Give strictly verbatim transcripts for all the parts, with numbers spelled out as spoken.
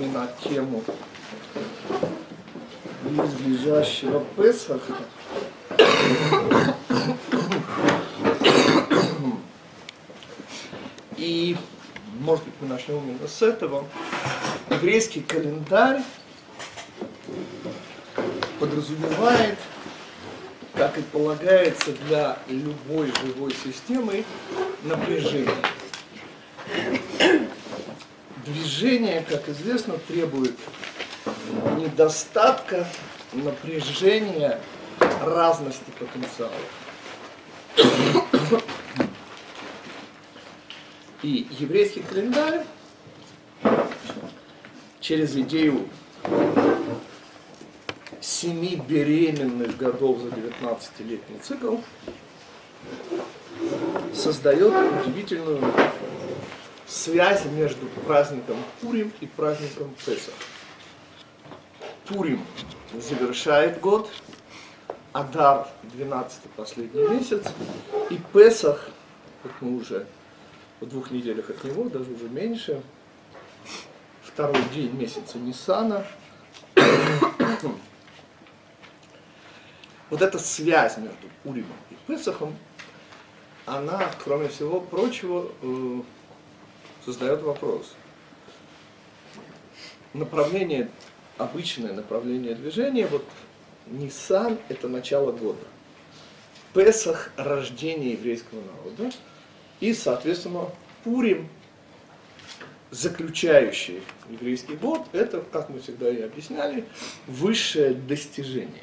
на тему близлежащего Песаха. И, может быть, мы начнем именно с этого. Еврейский календарь подразумевает, как и полагается для любой живой системы, напряжение. Движение, как известно, требует недостатка, напряжения, разности потенциала. И еврейский календарь через идею семи беременных годов за девятнадцатилетний цикл создает удивительную связь между праздником Пурим и праздником Песах. Пурим завершает год, Адар двенадцатый последний месяц, и Песах, вот мы уже в двух неделях от него, даже уже меньше, второй день месяца Ниссана. Вот эта связь между Пуримом и Песахом, она, кроме всего прочего, создает вопрос. Направление, обычное направление движения, вот Ниссан – это начало года. Песах – рождение еврейского народа. И, соответственно, Пурим, заключающий еврейский год, это, как мы всегда и объясняли, высшее достижение.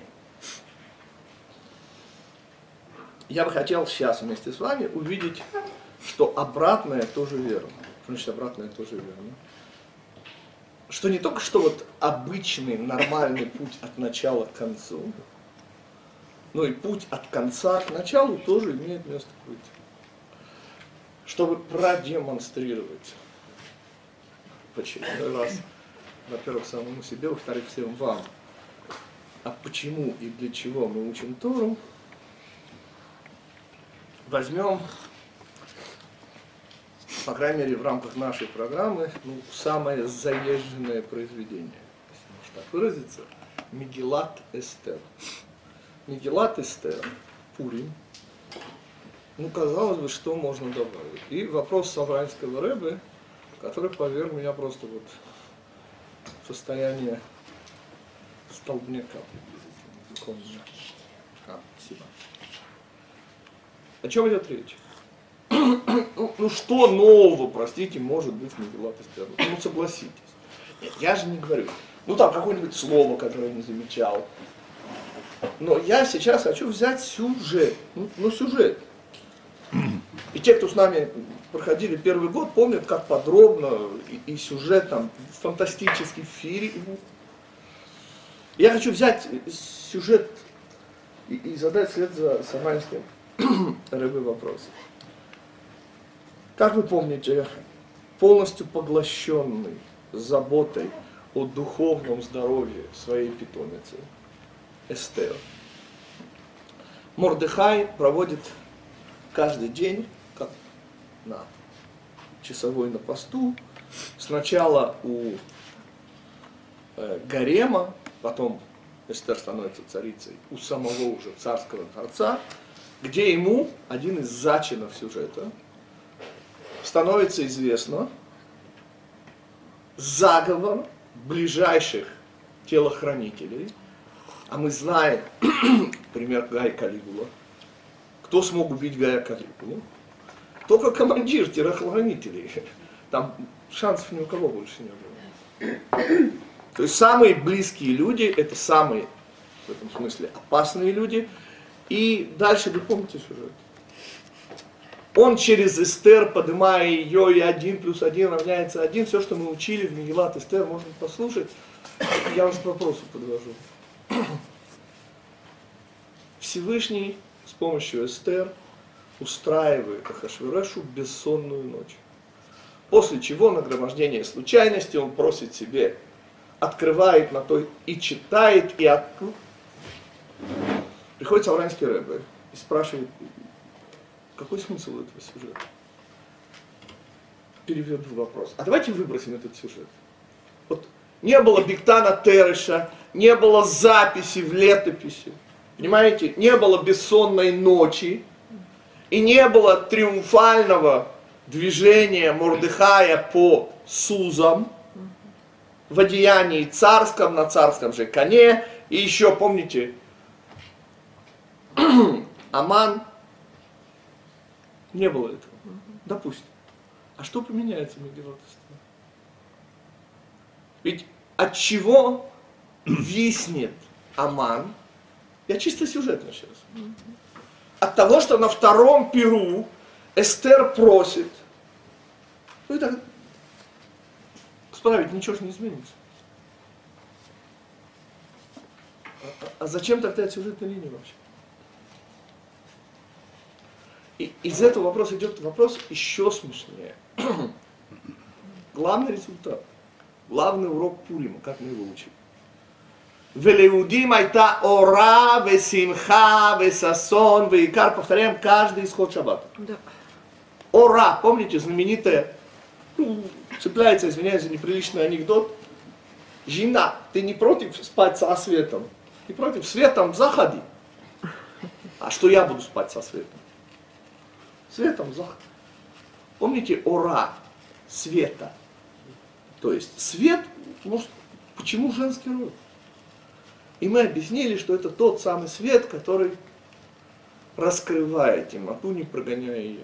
Я бы хотел сейчас вместе с вами увидеть, что обратное тоже верно. Что значит обратное тоже верно? Что не только что вот обычный, нормальный путь от начала к концу, но и путь от конца к началу тоже имеет место быть. Чтобы продемонстрировать в очередной раз, во-первых, самому себе, во-вторых, всем вам, а почему и для чего мы учим Тору, возьмем, по крайней мере, в рамках нашей программы, ну, самое заезженное произведение, если можно так выразиться, Мегилат Эстер. Мегилат Эстер, Пурим. Ну, казалось бы, что можно добавить. И вопрос Савранского Ребе, который поверг меня просто вот в состояние столбняка. А, спасибо. О чем идет речь? ну, ну, что нового, простите, может быть в Мегилат Эстер? Ну, согласитесь. Нет, я же не говорю. Ну, там какое-нибудь слово, которое я не замечал. Но я сейчас хочу взять сюжет. Ну, ну сюжет. И те, кто с нами проходили первый год, помнят, как подробно и, и сюжет там фантастический фильм. Я хочу взять сюжет и, и задать вслед за Савранским Ребе вопрос. Как вы помните, полностью поглощенный заботой о духовном здоровье своей питомицы Эстер, Мордехай проводит каждый день, как на часовой на посту, сначала у э, гарема, потом Эстер становится царицей у самого уже царского дворца, где ему, один из зачинов сюжета, становится известно заговор ближайших телохранителей, а мы знаем пример Гая Калигула. Кто смог убить Гая Калигулу? Только командир телохранителей. Там шансов ни у кого больше не было. То есть самые близкие люди, это самые, в этом смысле, опасные люди. И дальше вы помните сюжет. Он через Эстер, поднимая ее, и один плюс один равняется один. Все, что мы учили в Мегилат Эстер, можно послушать. Я вас к вопросу подвожу. Всевышний с помощью Эстер устраивает Ахашверошу бессонную ночь. После чего нагромождение случайностей он просит себе, открывает на той и читает, и от... Приходит Савранский Ребе и спрашивает, какой смысл этого сюжета? Переведу вопрос. А давайте выбросим этот сюжет. Вот не было Биктана Тереша, не было записи в летописи, понимаете, не было бессонной ночи, и не было триумфального движения Мордехая по Сузам в одеянии царском, на царском же коне, и еще, помните, Аман, не было этого, допустим. А что поменяется в Мегилат-Эстер? Ведь от чего виснет Аман? Я чисто сюжетно сейчас. От того, что на втором пиру Эстер просит. Ну и так, справить ничего же не изменится. А, а зачем тогда эта сюжетная линия вообще? И из этого вопроса идет вопрос еще смешнее. Главный результат, главный урок Пурима, как мы его учим. Велеудим айта ора, весимха, весасон, веикар, повторяем каждый исход шаббата. Да. Ора, помните, знаменитая, ну, цепляется, извиняюсь за неприличный анекдот. Жена, ты не против спать со светом? Ты против светом, заходи. А что я буду спать со светом? Светом, заходи. Помните, ора, света. То есть свет, может, почему женский род? И мы объяснили, что это тот самый свет, который раскрывает темноту, не прогоняя ее.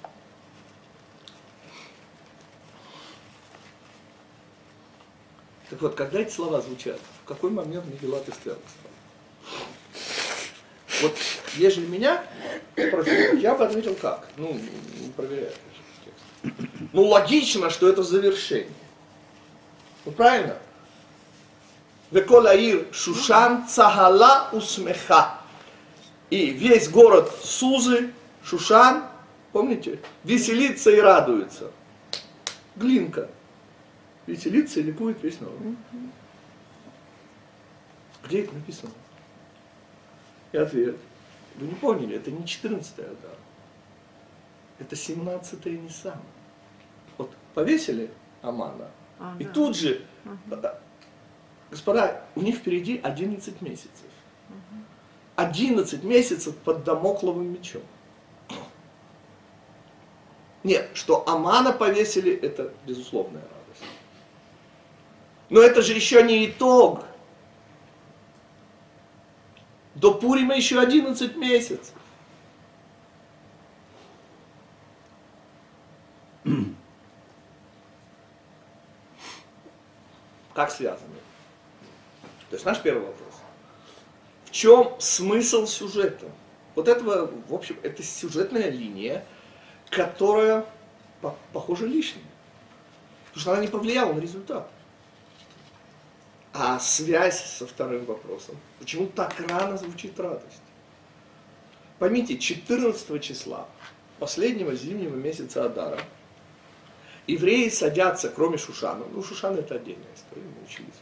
Так вот, когда эти слова звучат, в какой момент Мегилат-Эстер? Вот, ежели меня спросили, я бы ответил как? Ну, не проверяю текст. Ну, логично, что это завершение. Ну, правильно? Векол аир Шушан цахала усмеха. И весь город Сузы, Шушан, помните, веселится и радуется. Глинка. Веселится и ликует весь народ. Где это написано? И ответ. Вы не поняли, это не четырнадцатая Адар. Это семнадцатая Нисан. Вот повесили Амана, а, и да. Тут же, ага. Господа, у них впереди одиннадцать месяцев. одиннадцать месяцев под дамокловым мечом. Нет, что Амана повесили, это безусловная радость. Но это же еще не итог. До Пурима еще одиннадцать месяцев. Как связаны? То есть наш первый вопрос. В чем смысл сюжета? Вот этого, в общем, это сюжетная линия, которая, похоже, лишняя. Потому что она не повлияла на результат. А связь со вторым вопросом. Почему так рано звучит радость? Поймите, четырнадцатого числа, последнего зимнего месяца Адара, евреи садятся, кроме Шушана, ну Шушан это отдельная история, мы учились.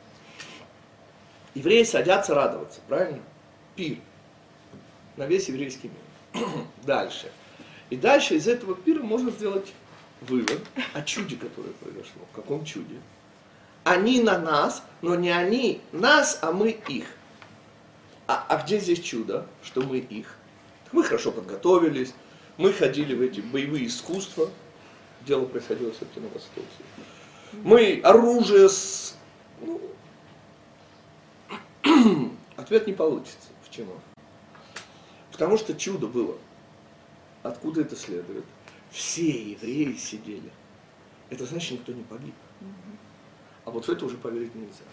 Евреи садятся радоваться, правильно? Пир. На весь еврейский мир. Дальше. И дальше из этого пира можно сделать вывод о чуде, которое произошло. В каком чуде? Они на нас, но не они нас, а мы их. А, а где здесь чудо, что мы их? Мы хорошо подготовились, мы ходили в эти боевые искусства. Дело происходило все-таки на Востоке. Мы оружие с... Ну, ответ не получится. Почему? Потому что чудо было. Откуда это следует? Все евреи сидели. Это значит, никто не погиб. А вот в это уже поверить нельзя.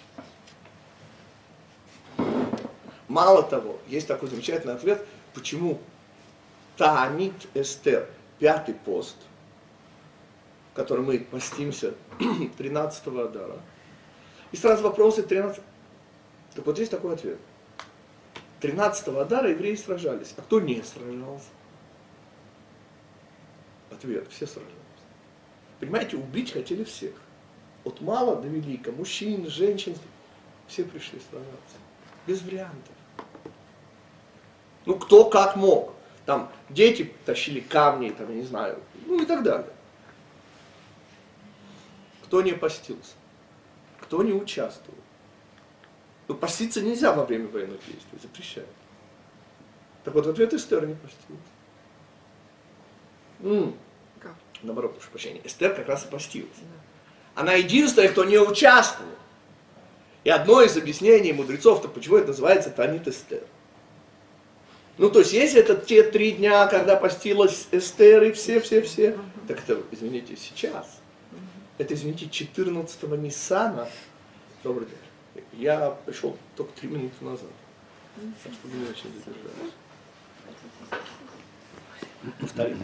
Мало того, есть такой замечательный ответ, почему Таанит Эстер, пятый пост, который мы постимся тринадцатого Адара. И сразу вопросы тринадцатого. Так вот здесь такой ответ. тринадцатого Адара евреи сражались. А кто не сражался? Ответ. Все сражались. Понимаете, убить хотели всех. От мала до велика. Мужчин, женщин. Все пришли сражаться. Без вариантов. Ну, кто как мог. Там дети тащили камни, там, я не знаю, ну и так далее. Кто не постился? кто не участвовал. Но поститься нельзя во время военных действий, запрещают. Так вот, ответ Эстер не постилась. М-м. Наоборот, прошу прощения, Эстер как раз и постилась. Да. Она единственная, кто не участвовал. И одно из объяснений мудрецов-то, почему это называется Таанит Эстер. Ну, то есть, если это те три дня, когда постилась Эстер и все-все-все, так это, извините, сейчас. Это, извините, четырнадцатого Ниссана. Добрый день. Я пришел только три минуты назад. Так что вы не очень задержались. Повторим.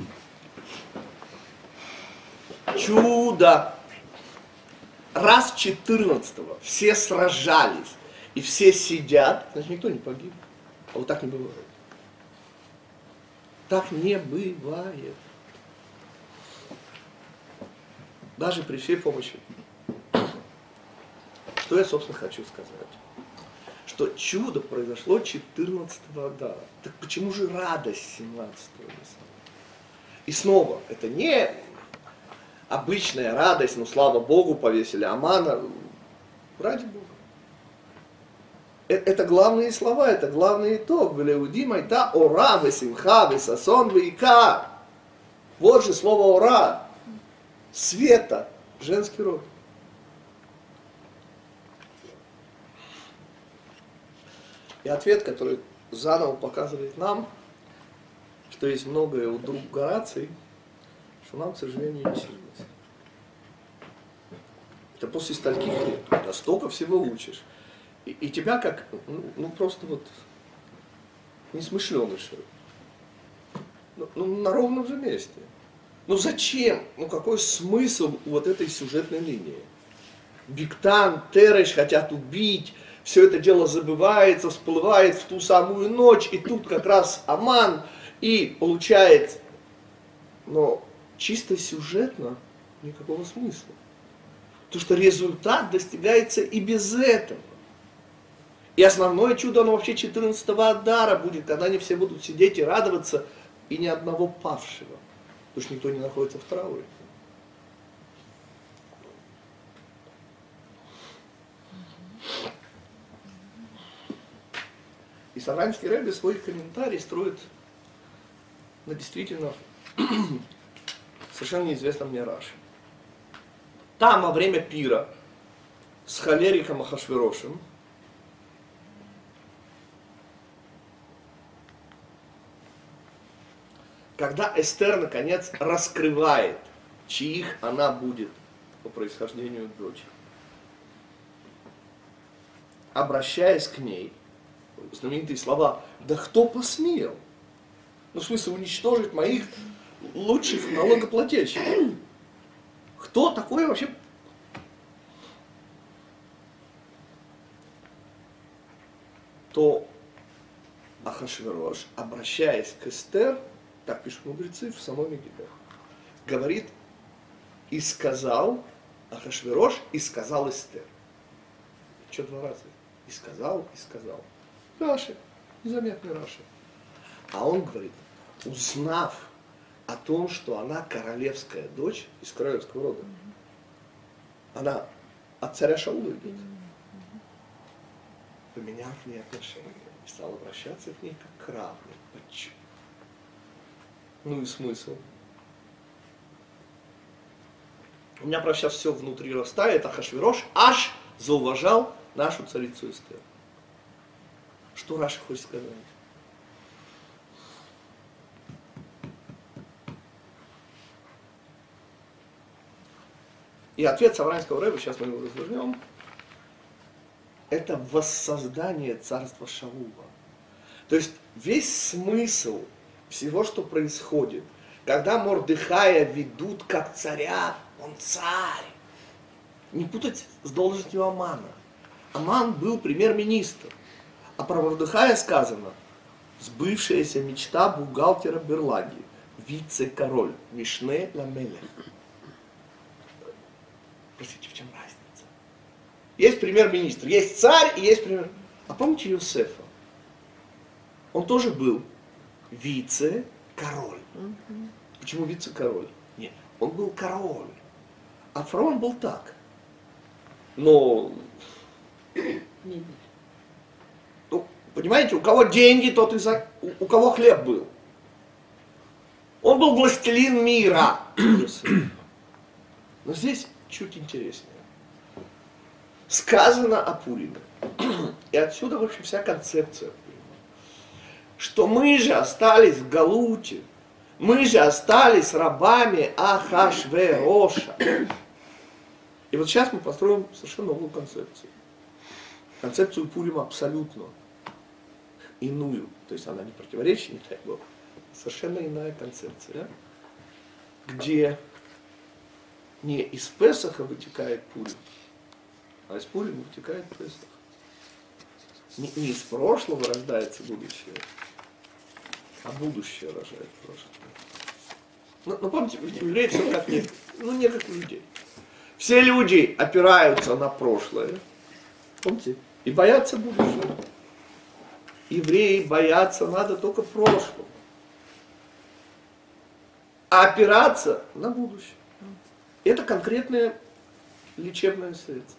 Чудо! Раз четырнадцатого все сражались и все сидят, значит никто не погиб. А вот так не бывает. Так не бывает. Даже при всей помощи. Что я, собственно, хочу сказать? Что чудо произошло четырнадцатого Адара. Так почему же радость семнадцатого Ниссана? И снова, это не обычная радость, ну слава Богу, повесили Амана. Ради Бога. Это главные слова, это главный итог. Велеудим айта ора весимха весасон вейкар. Вот же слово ора. Света, женский род. И ответ, который заново показывает нам, что есть многое у друг Гораций, что нам, к сожалению, не снилось. Это после стольких лет, да столько всего учишь. И, и тебя как, ну, ну просто вот, несмышленыша. Ну, ну на ровном же месте. Ну зачем? Ну какой смысл у вот этой сюжетной линии? Биктан, Тереш хотят убить, все это дело забывается, всплывает в ту самую ночь, и тут как раз Аман, и получает, но чисто сюжетно никакого смысла. Потому что результат достигается и без этого. И основное чудо, оно вообще четырнадцатого Адара будет, когда они все будут сидеть и радоваться, и ни одного павшего. Потому что никто не находится в трауре. И Саранский Ребе свой комментарий строит на действительно совершенно неизвестном мне Раши. Там во время пира с холериком Ахашверошем когда Эстер наконец раскрывает, чьих она будет по происхождению дочь, обращаясь к ней, знаменитые слова: да кто посмел? Ну, в смысле, уничтожить моих лучших налогоплательщиков. Кто такой вообще? То Ахашверош, обращаясь к Эстер, так пишут мудрецы в самой Мегиле, говорит: и сказал Ахашверош, и сказал Эстер. Что два раза? И сказал, и сказал. Раши, незаметный Раши. А он говорит, узнав о том, что она королевская дочь из королевского рода, она от царя Шаула идет, поменяв к ней отношения, и стал обращаться к ней как к равной. Почему? Ну и смысл? У меня просто сейчас все внутри растает, Ахашверош аж зауважал нашу царицу Эстер. Что Раши хочет сказать? И ответ Савранского Ребе, сейчас мы его развернем, это воссоздание царства Шаула. То есть весь смысл всего, что происходит, когда Мордехая ведут как царя, он царь. Не путать с должностью Амана. Аман был премьер-министр. А про Мордехая сказано: сбывшаяся мечта бухгалтера Берлаги, вице-король, Мишне Ламелех. Простите, в чем разница? Есть премьер-министр, есть царь и есть премьер. А помните Йосефа? Он тоже был вице-король. Mm-hmm. Почему вице-король? Нет, он был король. А фараон был так. Но, ну, понимаете, у кого деньги, тот и за... у, у кого хлеб был. Он был властелин мира. Но здесь чуть интереснее. Сказано о Пуриме. И отсюда, в общем, вся концепция Пурима. Что мы же остались в Галуте. Мы же остались рабами Ахашвероша. И вот сейчас мы построим совершенно новую концепцию. Концепцию Пурима абсолютно иную. То есть она не противоречит, не дай Бог. Совершенно иная концепция. Где не из Песаха вытекает Пурим, а из Пурима вытекает Песах. Не, не из прошлого рождается будущее, а будущее рождает прошлое. Ну, ну помните, евреи все как нет, ну не как людей. Все люди опираются на прошлое, помните, и боятся будущего. Евреи бояться надо только прошлого, а опираться на будущее. Это конкретное лечебное средство.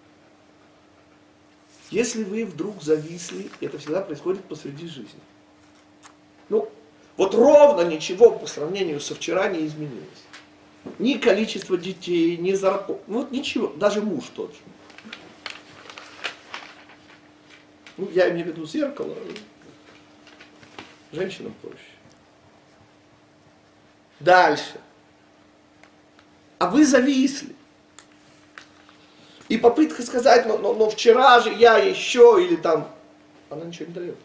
Если вы вдруг зависли, это всегда происходит посреди жизни. Ну, вот ровно ничего по сравнению со вчера не изменилось. Ни количество детей, ни зарплата, ну вот ничего, даже муж тот же. Ну, я имею в виду зеркало, женщинам проще. Дальше. А вы зависли. И попытка сказать, но, но, но вчера же я еще, или там, она ничего не дает.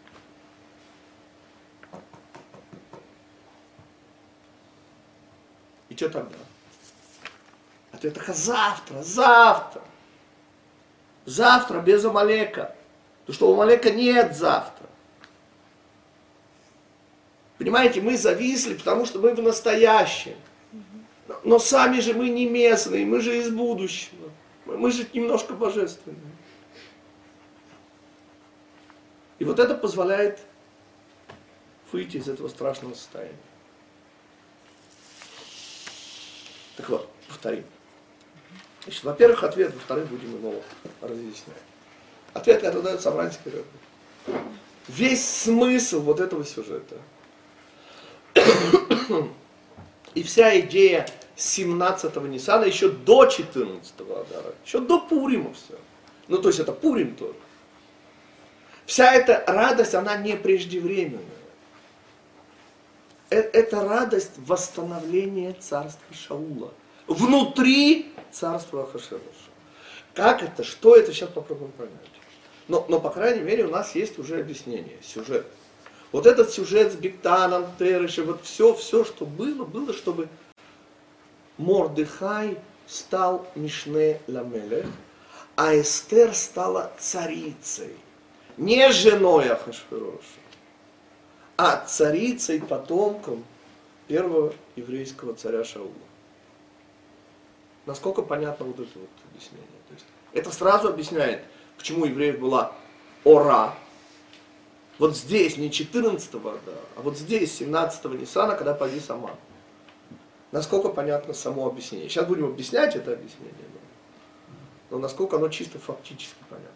И что тогда? Ответ только завтра, завтра. Завтра без Амалека. Потому что у Амалека нет завтра. Понимаете, мы зависли, потому что мы в настоящем. Но сами же мы не местные, мы же из будущего. Мы же немножко божественные. И вот это позволяет выйти из этого страшного состояния. Так вот, повторим. Значит, во-первых, ответ, во-вторых, будем его разъяснять. Ответ, который дает Собранский Ребе. Весь смысл вот этого сюжета и вся идея семнадцатого Ниссана еще до четырнадцатого Адара, еще до Пурима все. Ну, то есть это Пурим тоже. Вся эта радость, она не преждевременная. Это радость восстановления царства Шаула. Внутри царства Ахашвероша. Как это, что это, сейчас попробуем понять. Но, но, по крайней мере, у нас есть уже объяснение, сюжет. Вот этот сюжет с Бигтаном, Терешем, вот все, все, что было, было, чтобы Мордехай стал Мишне ля-Мелех, а Эстер стала царицей. Не женой Ахашвероша, а царицей, потомком первого еврейского царя Шаула. Насколько понятно вот это вот объяснение? То есть это сразу объясняет, почему у евреев была ора. Вот здесь не четырнадцатого Адара, а вот здесь семнадцатого Ниссана, когда погиб Аман. Насколько понятно само объяснение. Сейчас будем объяснять это объяснение, но, но насколько оно чисто фактически понятно.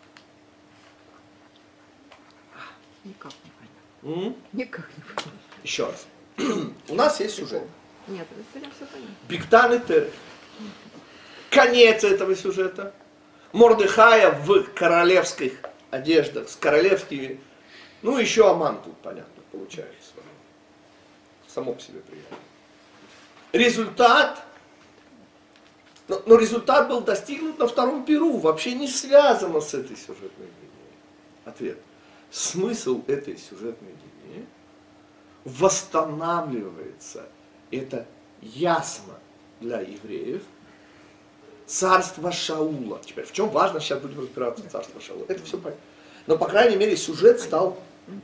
Никак не понятно. М? Никак не понятно. Еще раз. У нас есть сюжет. Нет, это все понятно. Бигтан и Тереш. Конец этого сюжета. Мордехая в королевских одеждах, с королевскими. Ну, еще Аман тут, понятно, получается. Само по себе приятно. Результат, но, но результат был достигнут на втором перу, вообще не связано с этой сюжетной линией. Ответ. Смысл этой сюжетной линии восстанавливается, это ясно для евреев, царство Шаула. Теперь, в чем важно, сейчас будем разбираться, царство Шаула. Это все понятно. Но, по крайней мере, сюжет стал...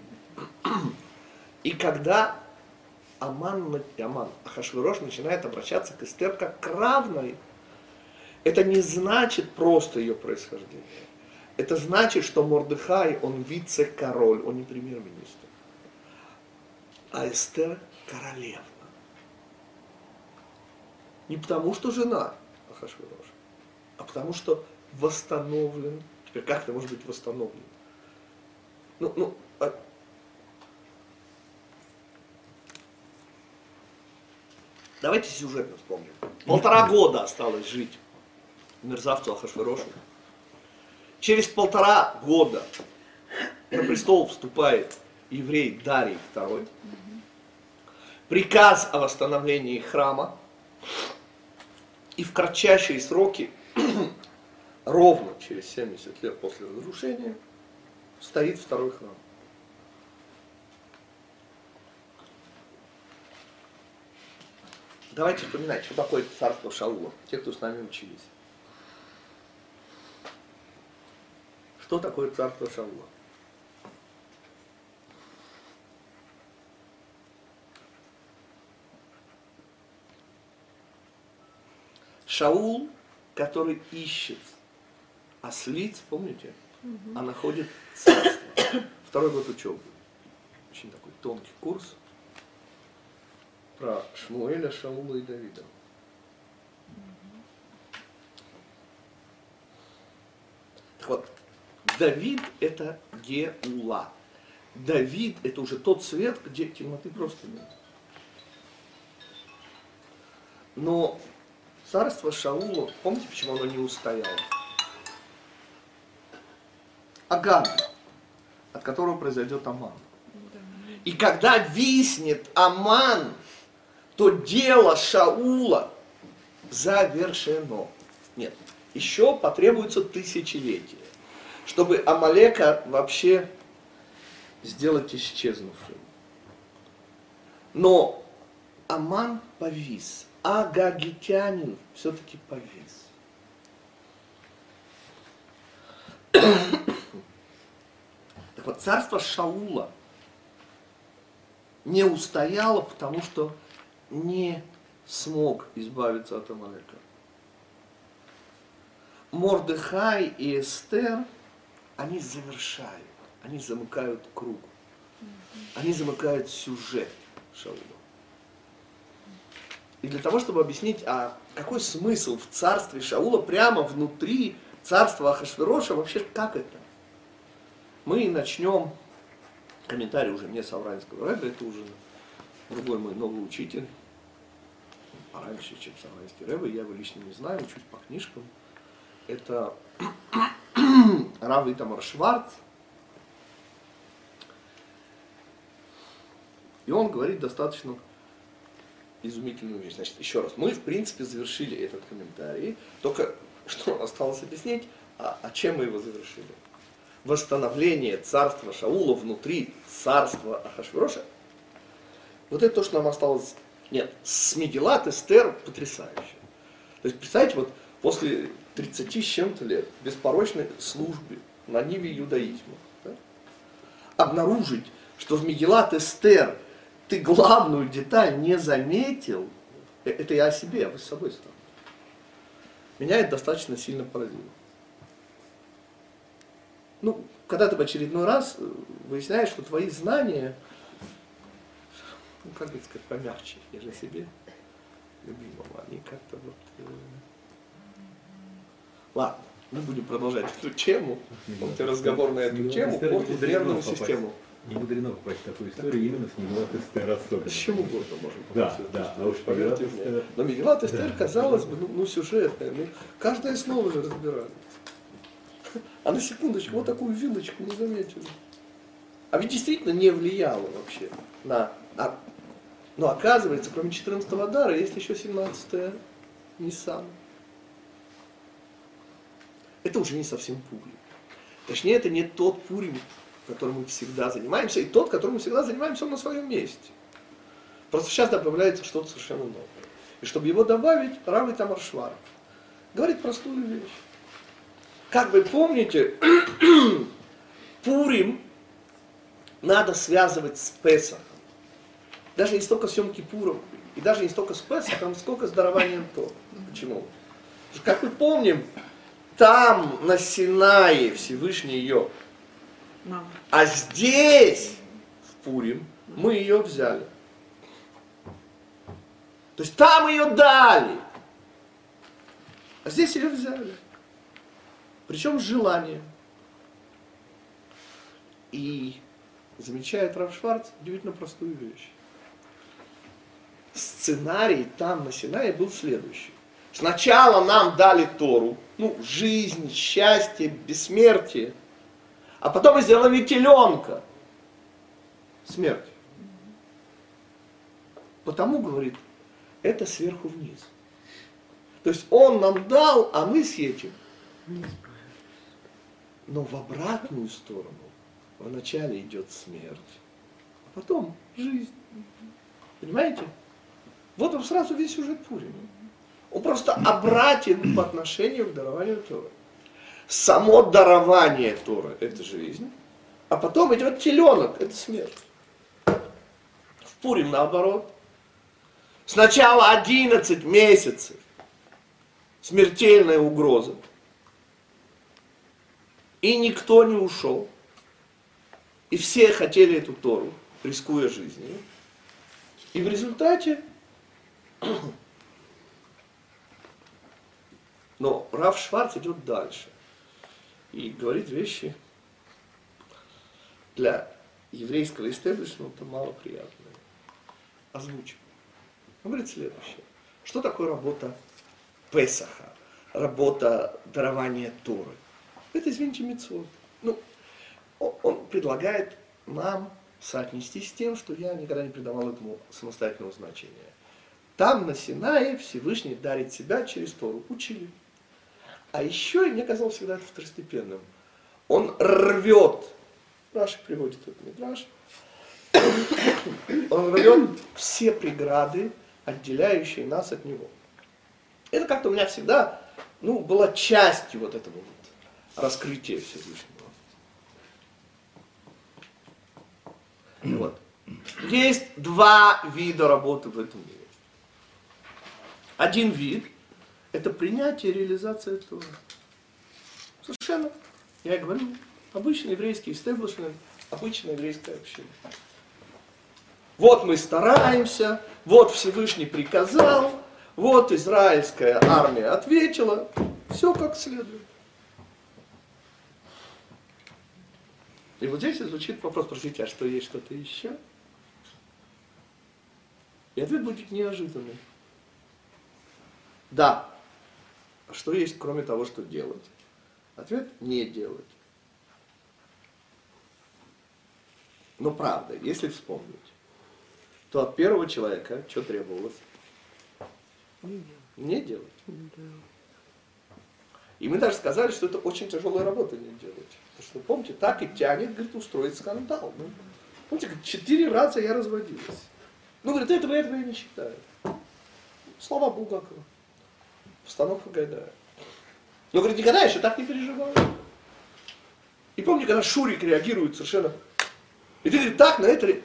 И когда Аман, Аман, Ахашверош начинает обращаться к Эстер как к равной, это не значит просто ее происхождение. Это значит, что Мордехай, он вице-король, он не премьер-министр. А Эстер королевна. Не потому, что жена Ахашвероша, а потому что восстановлен. Теперь как это может быть восстановлен? Ну, ну, а... Давайте сюжетно вспомним. Полтора года осталось жить мерзавцу Ахашверошу. Через полтора года на престол вступает еврей Дарий второй. Приказ о восстановлении храма. И в кратчайшие сроки, ровно через семьдесят лет после разрушения, стоит второй храм. Давайте вспоминать, что такое царство Шаула, те, кто с нами учились. Что такое царство Шаула? Шаул, который ищет ослиц, помните? Угу. А находит царство. Второй год учебы. Очень такой тонкий курс про Шмуэля, Шаула и Давида. Так вот, Давид это Геула. Давид это уже тот свет, где темноты просто нет. Но царство Шаула, помните, почему оно не устояло? Агаг, от которого произойдет Аман. И когда виснет Аман, то дело Шаула завершено. Нет, еще потребуется тысячелетие, чтобы Амалека вообще сделать исчезнувшим. Но Аман повис, агагитянин все-таки повис. Так вот, царство Шаула не устояло, потому что не смог избавиться от Амалека. Мордехай и Эстер, они завершают, они замыкают круг, они замыкают сюжет Шаула. И для того, чтобы объяснить, а какой смысл в царстве Шаула прямо внутри царства Ахашвероша, вообще как это? Мы начнем, комментарий уже не Савранского Ребе, это уже другой мой новый учитель, пораньше, чем Савранский Ребе, я его лично не знаю, учусь по книжкам. Это Рав Итамар Шварц. И он говорит достаточно изумительную вещь. Значит, еще раз, мы в принципе завершили этот комментарий, только что осталось объяснить, а, а чем мы его завершили? Восстановление царства Шаула внутри царства Ахашвероша. Вот это то, что нам осталось. Нет, с Мегилат Эстер потрясающе. То есть, представьте, вот после тридцати с чем-то лет беспорочной службы на ниве иудаизма, да, обнаружить, что в Мегилат Эстер ты главную деталь не заметил, это я о себе, а вы с собой стал. Меня это достаточно сильно поразило. Ну, когда ты в очередной раз выясняешь, что твои знания, ну, как бы сказать, помягче, нежели себе любимого, они как-то вот... Э... Ладно, мы будем продолжать эту тему, вот разговор на эту тему, портит нервную систему. Не мудрено попасть в такую историю именно с Мегилат Эстер особенно. С чем угодно можем попасть. Да, да, а уж поверьте мне. Но Мегилат Эстер, казалось бы, ну, ну сюжетная, ну, каждое слово же разбирали. А на секундочку, вот такую вилочку не заметили. А ведь действительно не влияло вообще на... А, но оказывается, кроме четырнадцатого дара, есть еще семнадцатое Нисан. Это уже не совсем Пурим. Точнее, это не тот Пурим, которым мы всегда занимаемся, и тот, которым мы всегда занимаемся, он на своем месте. Просто сейчас добавляется что-то совершенно новое. И чтобы его добавить, Рав Итамар Шварц говорит простую вещь. Как вы помните, Пурим надо связывать с Песахом. Даже не столько с Йом Кипуром, и даже не столько с Песахом, сколько с дарованием Торы. Почему? Потому что, как мы помним, там, на Синае, Всевышний ее. А здесь, в Пурим, мы ее взяли. То есть там ее дали. А здесь ее взяли. Причем с желанием. И замечает Рав Шварц удивительно простую вещь. Сценарий там на Синае был следующий. Сначала нам дали Тору, ну, жизнь, счастье, бессмертие, а потом мы сделали теленка. Смерть. Потому, говорит, это сверху вниз. То есть он нам дал, а мы с этим. Но в обратную сторону вначале идет смерть, а потом жизнь. Понимаете? Вот он сразу весь сюжет Пурима. Он просто обратен по отношению к дарованию Торы. Само дарование Торы – это жизнь, а потом идет теленок – это смерть. В Пурим наоборот. Сначала одиннадцать месяцев смертельная угроза, и никто не ушел, и все хотели эту Тору, рискуя жизнью, и в результате. Но Рав Шварц идет дальше и говорит вещи для еврейского истеблишмента малоприятные. Озвучим. Он говорит следующее. Что такое работа Песаха, работа дарования Торы? Это, извините, мицвот. Ну, он предлагает нам соотнестись с тем, что я никогда не придавал этому самостоятельного значения. Там, на Синае, Всевышний дарит себя через Тору. Учили. А еще, и мне казалось всегда это второстепенным, он рвет, Раши приводит этот мидраш, он рвет все преграды, отделяющие нас от него. Это как-то у меня всегда, ну, была частью вот этого вот раскрытия Всевышнего. Вот. Есть два вида работы в этом мире. Один вид – это принятие и реализация Торы. Совершенно, я и говорю, обычный еврейский истеблишмент, обычная еврейская община. Вот мы стараемся, вот Всевышний приказал, вот израильская армия ответила, все как следует. И вот здесь звучит вопрос, простите, а что есть что-то еще? И ответ будет неожиданный. Да. А что есть, кроме того, что делать? Ответ – не делать. Но правда, если вспомнить, то от первого человека что требовалось? Не делать. Не делать. Да. И мы даже сказали, что это очень тяжелая работа не делать. Потому что, помните, так и тянет, говорит, устроить скандал. Ну, помните, говорит, четыре раза я разводилась. Ну, говорит, этого, этого я не считаю. Слова Булгакова. Установка Гайдая. Но, говорит, никогда еще так не переживал. И помните, когда Шурик реагирует совершенно... И ты, говорит, так на это...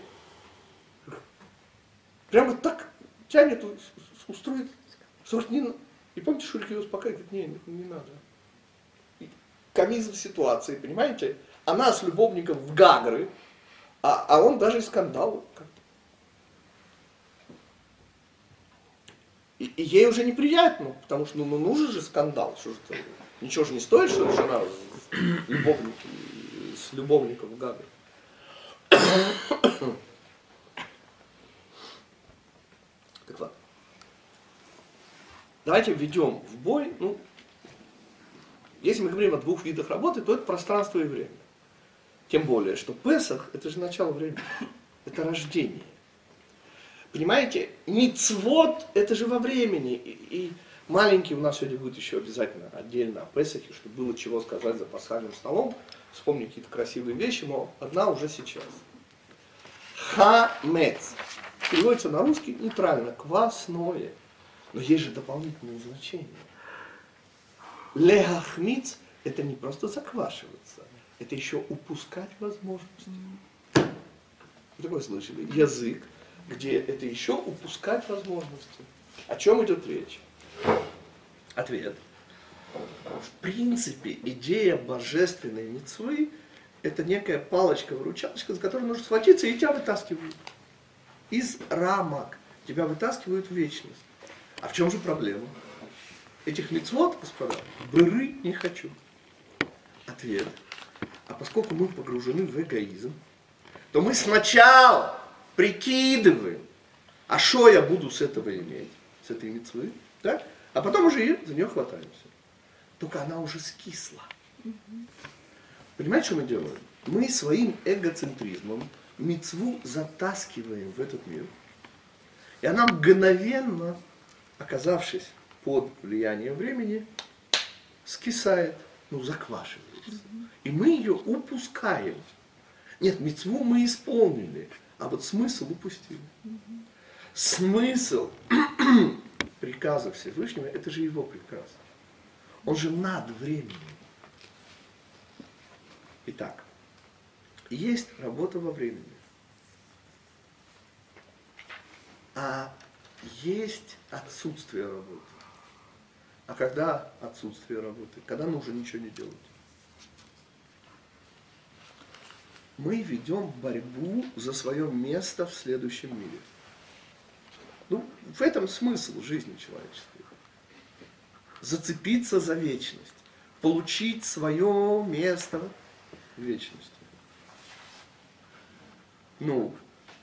Прямо так тянет устроить... И помните, Шурик его успокаивает, говорит, не, не надо. И комизм ситуации, понимаете? Она с любовником в Гагры, а, а он даже и скандал. И, и ей уже неприятно, потому что ну, ну нужен же скандал. Что же это, ничего же не стоит, что жена с, любовники, с любовником в Гагры. Так вот. Давайте введем в бой, ну, если мы говорим о двух видах работы, то это пространство и время. Тем более, что Песах – это же начало времени, это рождение. Понимаете, мицвот – это же во времени. И, и маленький у нас сегодня будет еще обязательно отдельно о Песахе, чтобы было чего сказать за пасхальным столом, вспомнить какие-то красивые вещи, но одна уже сейчас. Хамец. Переводится на русский нейтрально, квасное. Но есть же дополнительные значения. Лехахмиц – это не просто заквашиваться, это еще упускать возможности. Вы такое слышали? Язык, где это еще упускать возможности. О чем идет речь? Ответ. В принципе, идея божественной мицвы – это некая палочка-выручалочка, за которую нужно схватиться, и тебя вытаскивают. Из рамок тебя вытаскивают в вечность. А в чем же проблема? Этих мицвот, господа, быры не хочу. Ответ. А поскольку мы погружены в эгоизм, то мы сначала прикидываем, а что я буду с этого иметь, с этой мицвы, да? А потом уже за нее хватаемся. Только она уже скисла. Понимаете, что мы делаем? Мы своим эгоцентризмом мицву затаскиваем в этот мир. И она мгновенно, оказавшись под влиянием времени, скисает, ну, заквашивается. И мы ее упускаем. Нет, мицву мы исполнили, а вот смысл упустили. Смысл приказа Всевышнего, это же его приказ. Он же над временем. Итак, есть работа во времени. А есть отсутствие работы. А когда отсутствие работы? Когда нужно ничего не делать? Мы ведем борьбу за свое место в следующем мире. Ну, в этом смысл жизни человеческой. Зацепиться за вечность. Получить свое место в вечности. Ну,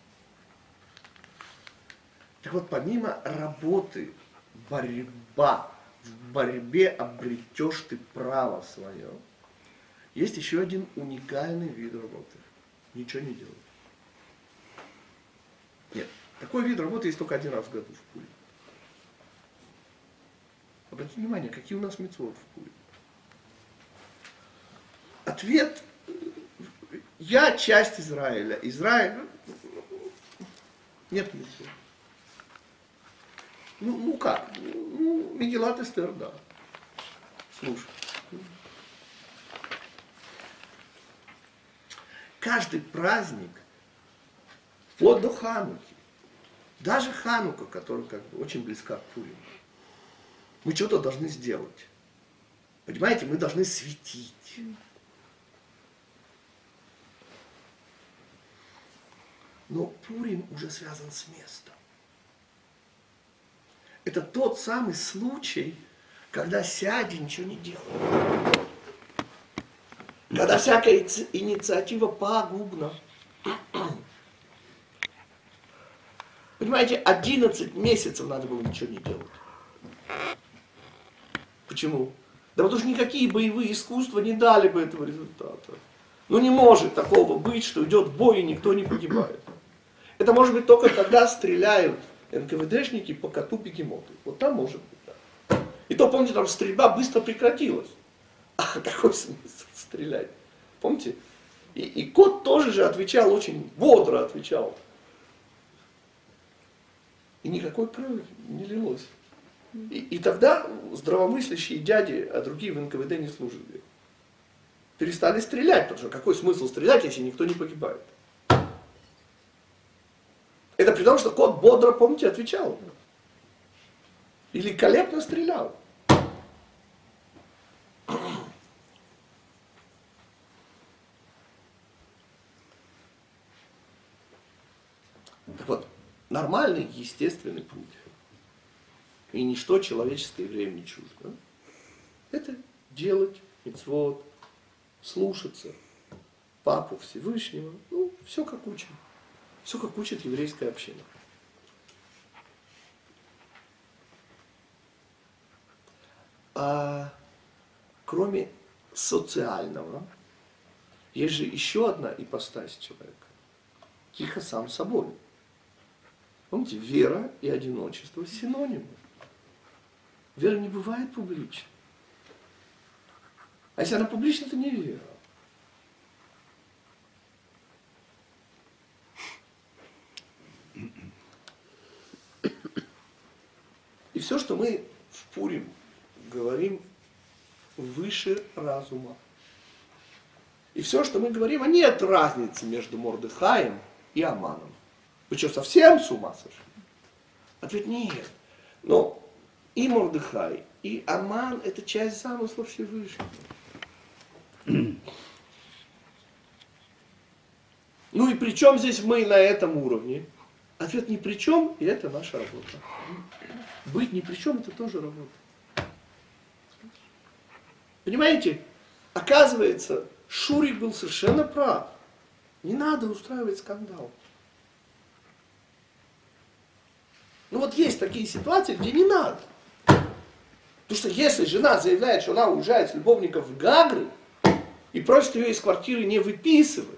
так вот, помимо работы, борьба, в борьбе обретешь ты право свое, есть еще один уникальный вид работы. Ничего не делать. Нет, такой вид работы есть только один раз в году в Пурим. Обратите внимание, какие у нас мицвот в Пурим. Ответ: я часть Израиля. Израиль нет мицвот. Ну, ну как? Ну, Мегилат Эстер, да. Слушай. Каждый праздник, вплоть до Хануки, даже Ханука, которая как бы очень близка к Пуриму, мы что-то должны сделать. Понимаете, мы должны светить. Но Пурим уже связан с местом. Это тот самый случай, когда сядь и ничего не делай. Когда всякая инициатива пагубна. Понимаете, одиннадцать месяцев надо было ничего не делать. Почему? Да потому что никакие боевые искусства не дали бы этого результата. Ну не может такого быть, что идет бой и никто не погибает. Это может быть только когда стреляют эн ка вэ дэшники по коту бегемоту. Вот там может быть, да. И то, помните, там стрельба быстро прекратилась. А какой смысл стрелять? Помните? И, и кот тоже же отвечал, очень бодро отвечал. И никакой крови не лилось. И, и тогда здравомыслящие дяди, а другие в эн ка вэ дэ не служили, перестали стрелять, потому что какой смысл стрелять, если никто не погибает? Это при том, что кот бодро, помните, отвечал. Великолепно стрелял. Так вот, нормальный, естественный путь. И ничто человеческое время не чуждо. Это делать мицвот, слушаться Папу Всевышнего. Ну, все как учим. Все как учит еврейская община. А кроме социального, есть же еще одна ипостась человека. Тихо сам собой. Помните, вера и одиночество синонимы. Вера не бывает публичной. А если она публична, то не вера. И все, что мы в Пурим говорим, выше разума. И все, что мы говорим, а нет разницы между Мордехаем и Аманом. Вы что, совсем с ума сошли? Ответ: нет. Но и Мордехай, и Аман — это часть замысла Всевышнего. Ну и при чем здесь мы на этом уровне? Ответ: ни при чем, и это наша работа. Быть ни при чем — это тоже работа. Понимаете? Оказывается, Шурик был совершенно прав. Не надо устраивать скандал. Ну вот есть такие ситуации, где не надо. Потому что если жена заявляет, что она уезжает с любовником в Гагры и просит ее из квартиры не выписывать,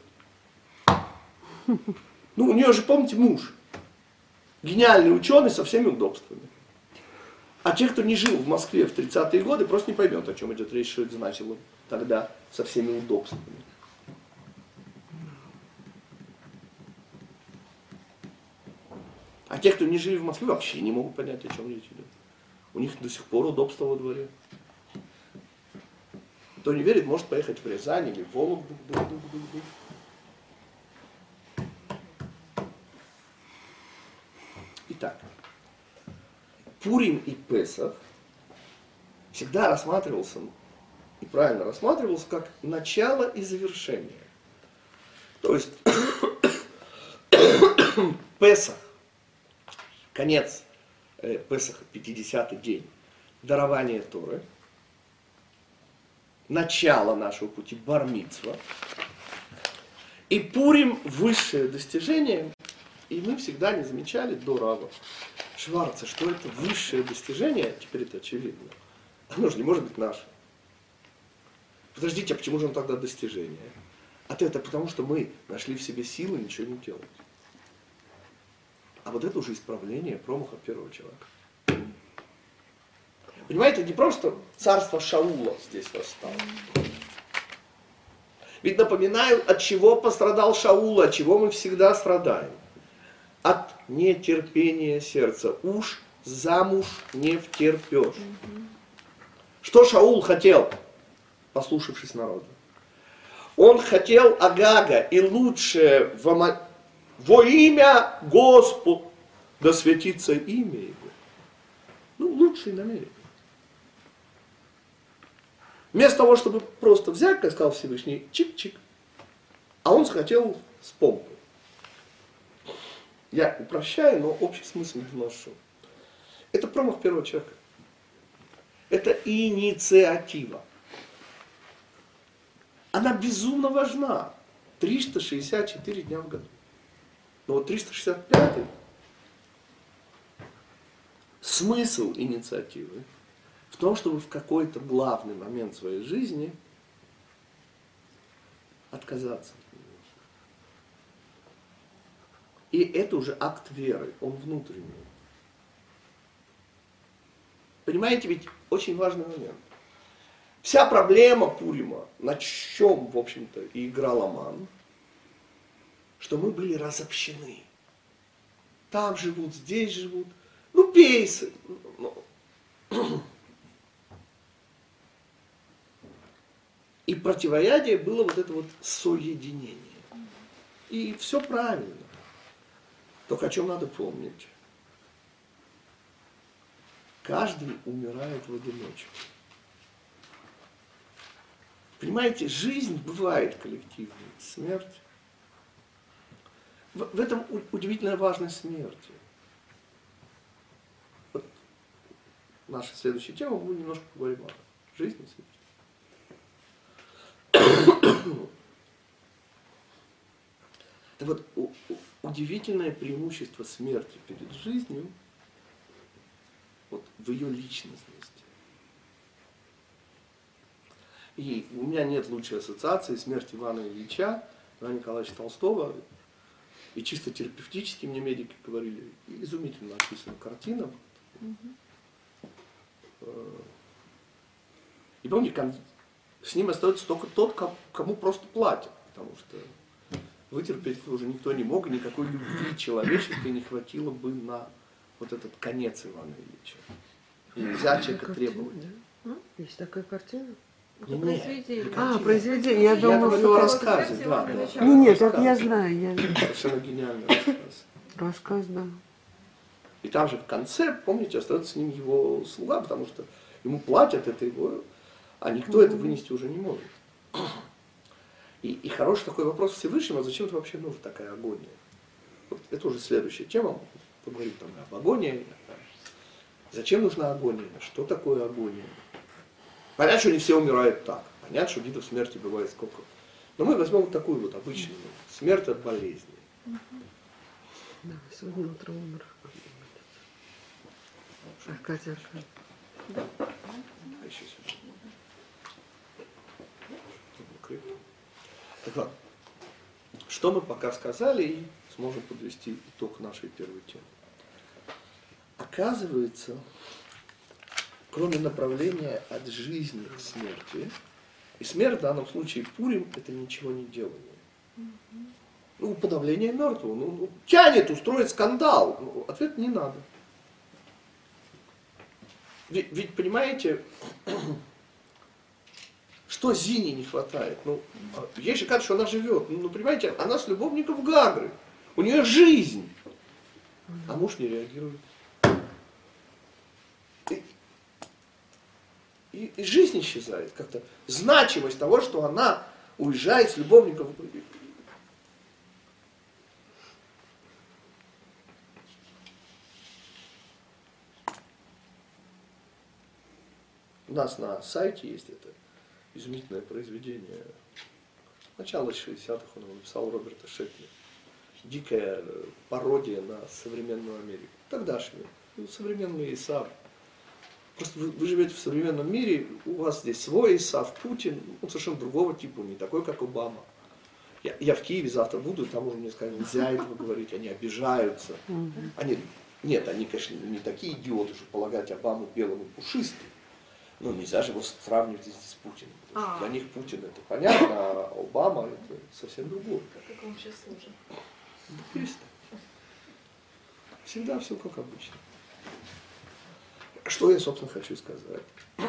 ну у нее же, помните, муж, гениальный ученый со всеми удобствами. А те, кто не жил в Москве в тридцатые годы, просто не поймет, о чем идет речь, что это значило тогда со всеми удобствами. А те, кто не жили в Москве, вообще не могут понять, о чем речь идет. У них до сих пор удобство во дворе. Кто не верит, может поехать в Рязань или в Вологду. Итак, Пурим и Песах всегда рассматривался, и правильно рассматривался, как начало и завершение. То есть Песах, конец э, Песаха, пятидесятый день, дарование Торы, начало нашего пути, бар-мицва, и Пурим высшее достижение, и мы всегда не замечали до Рава Шварца, что это высшее достижение, теперь это очевидно, оно же не может быть наше. Подождите, а почему же он тогда достижение? А то это потому, что мы нашли в себе силы ничего не делать. А вот это уже исправление промаха первого человека. Понимаете, не просто царство Шаула здесь восстало. Ведь напоминаю, от чего пострадал Шаул, от чего мы всегда страдаем. От нетерпения сердца. Уж замуж не втерпешь. Что Шаул хотел, послушавшись народа? Он хотел Агага и лучшее во, во имя Господа, да светится имя Его. Ну, лучшие намерения. Вместо того, чтобы просто взять, как сказал Всевышний, чик-чик, а он захотел с помпой. Я упрощаю, но общий смысл вношу. Это промах первого человека. Это инициатива. Она безумно важна. триста шестьдесят четыре дня в году. Но вот триста шестьдесят пятый смысл инициативы в том, чтобы в какой-то главный момент своей жизни отказаться от него. И это уже акт веры, он внутренний. Понимаете, ведь очень важный момент. Вся проблема Пурима, на чем, в общем-то, и играл Аман, что мы были разобщены. Там живут, здесь живут. Ну, пейсы. Ну. И противоядие было вот это вот соединение. И все правильно. Только о чем надо помнить. Каждый умирает в одиночку. Понимаете, жизнь бывает коллективной, смерть. В, в этом удивительная важность смерти. Вот наша следующая тема, мы немножко поговорим о жизни и смерти. Так вот, у, у, удивительное преимущество смерти перед жизнью вот, в ее личностности. И у меня нет лучшей ассоциации смерть Ивана Ильича, Ивана Николаевича Толстого. И чисто терапевтически мне медики говорили, изумительно описана картина. Mm-hmm. И помните, с ним остается только тот, кому просто платят, потому что вытерпеть уже никто не мог, и никакой любви человеческой не хватило бы на вот этот конец Ивана Ильича. И нельзя человека требовать. А? Есть такая картина? Не, не, а, произведение. Я, я думала, говорю о что... рассказе, да. да. Не, нет, это я знаю. Я... Совершенно гениальный рассказ. Рассказ, да. И там же в конце, помните, остается с ним его слуга, потому что ему платят, это его, а никто mm-hmm. это вынести уже не может. И, и хороший такой вопрос Всевышнему, а зачем это вообще нужна такая агония? Вот это уже следующая тема, поговорим там об агонии. Зачем нужна агония? Что такое агония? Понятно, что не все умирают так. Понятно, что видов смерти бывает сколько. Но мы возьмем вот такую вот обычную. Смерть от болезни. Да, сегодня утром умер. А Катя, А еще сюда. Так вот, что мы пока сказали и сможем подвести итог нашей первой темы. Оказывается, кроме направления от жизни к смерти, и смерть в данном случае Пурим – это ничего не делание. Ну, подавление мертвого. Ну, ну, тянет устроить скандал. Ну, ответ не надо. Ведь, ведь понимаете, что Зине не хватает? Ну, ей же кажется, что она живет. Ну, понимаете, она с любовником Гагры. У нее жизнь. А муж не реагирует. И, и, и жизнь исчезает как-то. Значимость того, что она уезжает с любовником. У нас на сайте есть это изумительное произведение. Начало шестидесятых он его написал, Роберта Шекли. Дикая пародия на современную Америку. Тогдашнюю. Ну, современный Исав. Просто вы, вы живете в современном мире, у вас здесь свой Исав, Путин, он совершенно другого типа, не такой, как Обама. Я, я в Киеве завтра буду, там уже мне сказали, нельзя этого говорить, они обижаются. Они, нет, они, конечно, не такие идиоты, чтобы полагать Обаму белым и пушистым. Ну, нельзя же его сравнивать здесь с Путиным. Потому что для них Путин это понятно, а Обама это совсем другое. Как он сейчас служит? Да перестань. Всегда все как обычно. Что я, собственно, хочу сказать.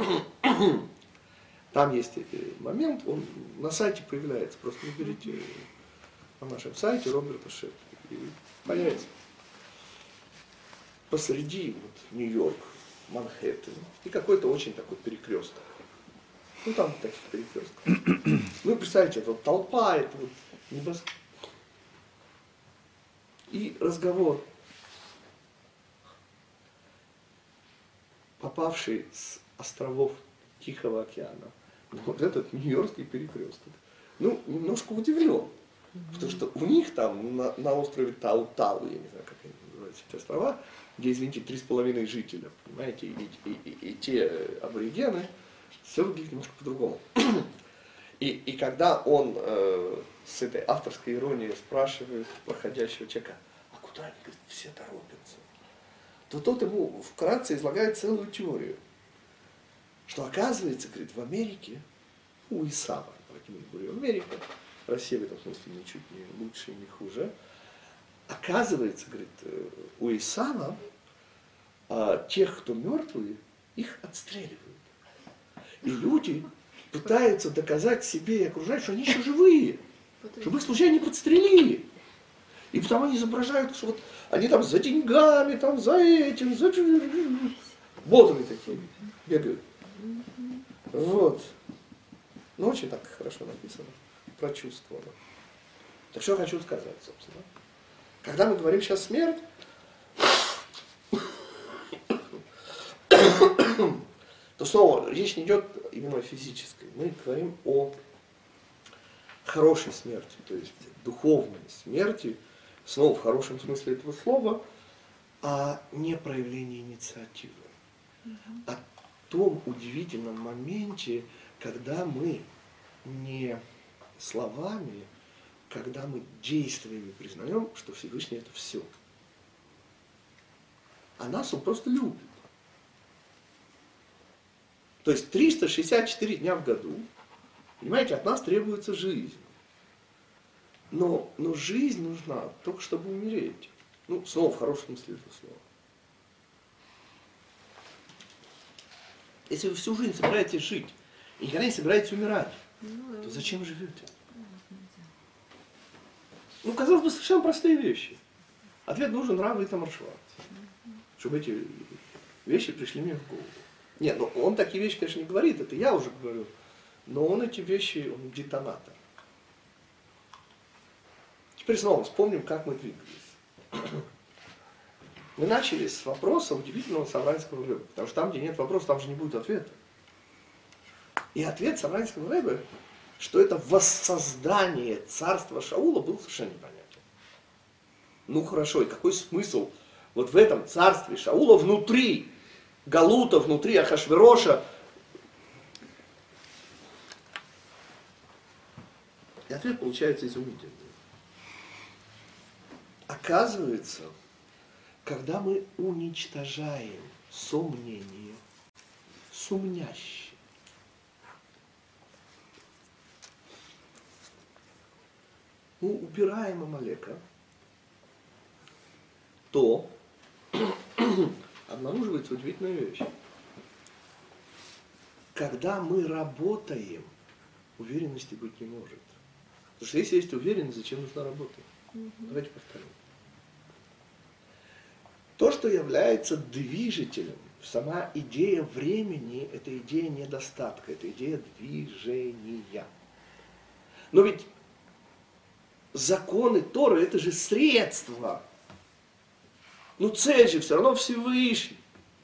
Там есть момент, он на сайте появляется. Просто наберите на нашем сайте Роберта Шекли. И появится. Посреди вот, Нью-Йорк, Манхэттен и какой-то очень такой перекресток. Ну там таких перекрестков. Вы представляете, это вот толпа, это вот небос... И разговор, попавший с островов Тихого океана, вот этот Нью-Йоркский перекресток. Ну, немножко удивлен. Потому что у них там на, на острове Тау-Тау, я не знаю, как они называются эти острова, где, извините, три с половиной жителя, понимаете, и, и, и, и те аборигены, все выглядит немножко по-другому. И, и когда он э, с этой авторской иронией спрашивает проходящего человека, а куда они, говорит, все торопятся, то тот ему вкратце излагает целую теорию, что оказывается, говорит, в Америке, у Исава, давайте мы говорим, Америка, Россия в этом смысле ничуть не лучше и не хуже, оказывается, говорит, у Исава а, тех, кто мертвые, их отстреливают. И люди пытаются доказать себе и окружающим, что они еще живые, чтобы их случайно не подстрелили. И потому они изображают, что вот они там за деньгами, там за этим, за... бодрые такие бегают. Вот. Ну, очень так хорошо написано, прочувствовано. Так что я хочу сказать, собственно. Когда мы говорим сейчас смерть, то снова речь не идет именно о физической. Мы говорим о хорошей смерти, то есть духовной смерти, снова в хорошем смысле этого слова, о непроявлении инициативы. О том удивительном моменте, когда мы не словами, когда мы действиями признаем, что Всевышний это все. А нас он просто любит. То есть триста шестьдесят четыре дня в году, понимаете, от нас требуется жизнь. Но, но жизнь нужна только чтобы умереть. Ну, снова в хорошем смысле этого слова. Если вы всю жизнь собираетесь жить и никогда не собираетесь умирать, то зачем вы живете? Ну, казалось бы, совершенно простые вещи. Ответ нужен Рав Итамар Шварц, чтобы эти вещи пришли мне в голову. Нет, ну он такие вещи, конечно, не говорит, это я уже говорю, но он эти вещи, он детонатор. Теперь снова вспомним, как мы двигались. Мы начали с вопроса удивительного савранского рыба, потому что там, где нет вопроса, там же не будет ответа. И ответ Самарайского Ребе, что это воссоздание царства Шаула, был совершенно непонятен. Ну хорошо, и какой смысл вот в этом царстве Шаула внутри Галута, внутри Ахашвероша? И ответ получается изумительный. Оказывается, когда мы уничтожаем сомнение, сумнящее, мы убираем Амалека, то обнаруживается удивительная вещь. Когда мы работаем, уверенности быть не может. Потому что если есть уверенность, зачем нужна работа? Mm-hmm. Давайте повторим. То, что является движителем, сама идея времени, это идея недостатка, это идея движения. Но ведь законы Торы, это же средства. Ну цель же все равно Всевышний.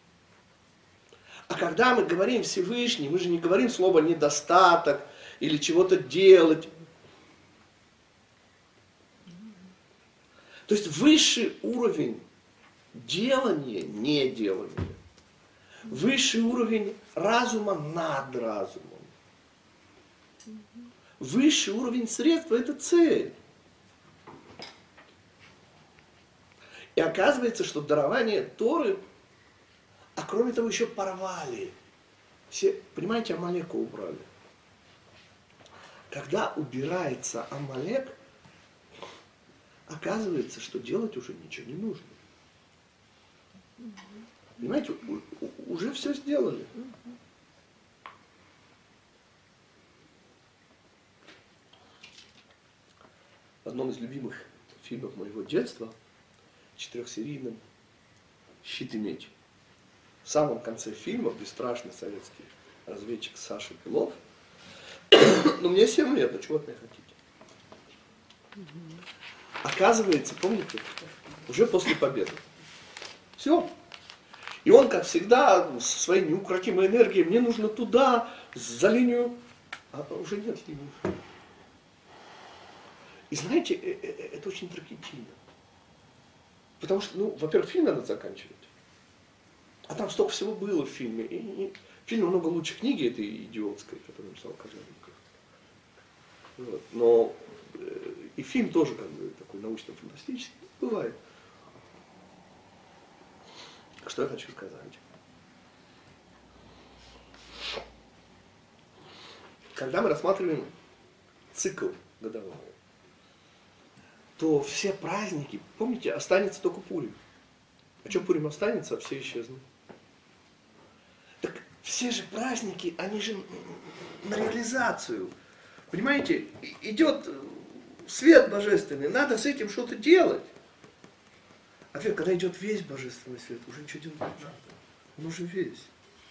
А когда мы говорим Всевышний, мы же не говорим слово недостаток или чего-то делать. То есть высший уровень делания, не делания. Высший уровень разума над разумом. Высший уровень средства – это цель. И оказывается, что дарование Торы, а кроме того еще порвали. Все, понимаете, Амалека убрали. Когда убирается Амалек, оказывается, что делать уже ничего не нужно. Понимаете, уже все сделали. В одном из любимых фильмов моего детства, четырехсерийном «Щит и меч», в самом конце фильма бесстрашный советский разведчик Саша Белов, ну мне семь лет, ну чего от меня хотите? Оказывается, помните, уже после победы. Все. И он, как всегда, со своей неукротимой энергией, мне нужно туда, за линию, а уже нет линии. И знаете, это очень трагедийно. Потому что, ну, во-первых, фильм надо заканчивать. А там столько всего было в фильме. И, и, в фильме много лучше книги этой идиотской, которую написал Кожевников. Вот. Но э, и фильм тоже как бы такой научно-фантастический. Бывает. Что я хочу сказать? Когда мы рассматриваем цикл годовой, то все праздники, помните, останется только Пурим. А что Пурим останется, а все исчезнут. Так все же праздники, они же на реализацию. Понимаете, идет свет божественный, надо с этим что-то делать. Ответ, когда идет весь божественный свет, уже ничего делать не надо. Он уже весь.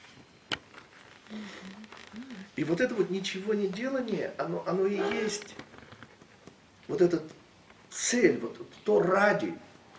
И вот это вот ничего не делание, оно, оно и есть вот этот цель, вот то ради.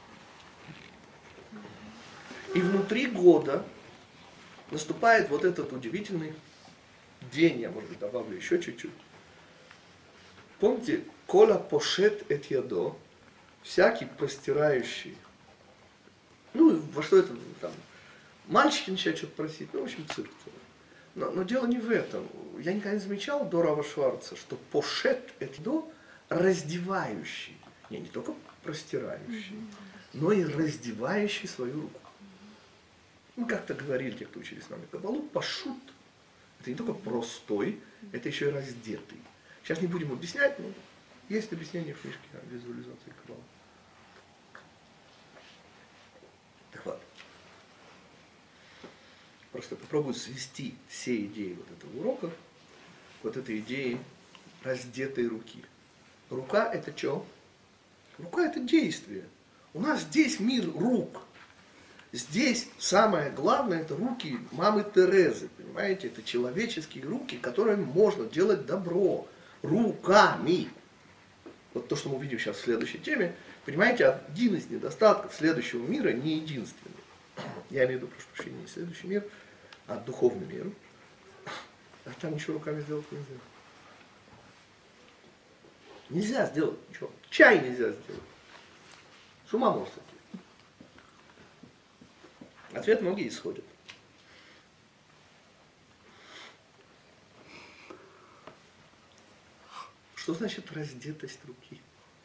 И внутри года наступает вот этот удивительный день, я, может быть, добавлю еще чуть-чуть. Помните, кола пошет эт ядо, всякий простирающий. Ну, во что это, там, мальчики начинают что-то просить, ну, в общем, цирк. Но, но дело не в этом. Я никогда не замечал до Рава Шварца, что пошет эт ядо раздевающий. Не, не только простирающий, но и раздевающий свою руку. Мы как-то говорили, те, кто учили с нами Кабалу, пашут. Это не только простой, это еще и раздетый. Сейчас не будем объяснять, но есть объяснение в книжке о визуализации Кабалы. Так вот. Просто попробую свести все идеи вот этого урока, вот этой идеи раздетой руки. Рука это что? Рука это действие. У нас здесь мир рук. Здесь самое главное это руки мамы Терезы. Понимаете, это человеческие руки, которыми можно делать добро. Руками. Вот то, что мы увидим сейчас в следующей теме. Понимаете, один из недостатков следующего мира не единственный. Я имею в виду, прошу прощения, не следующий мир, а духовный мир. А там ничего руками сделать нельзя. Нельзя сделать ничего. Чай нельзя сделать. С ума может сойти. Ответ многие исходят. Что значит раздетость руки?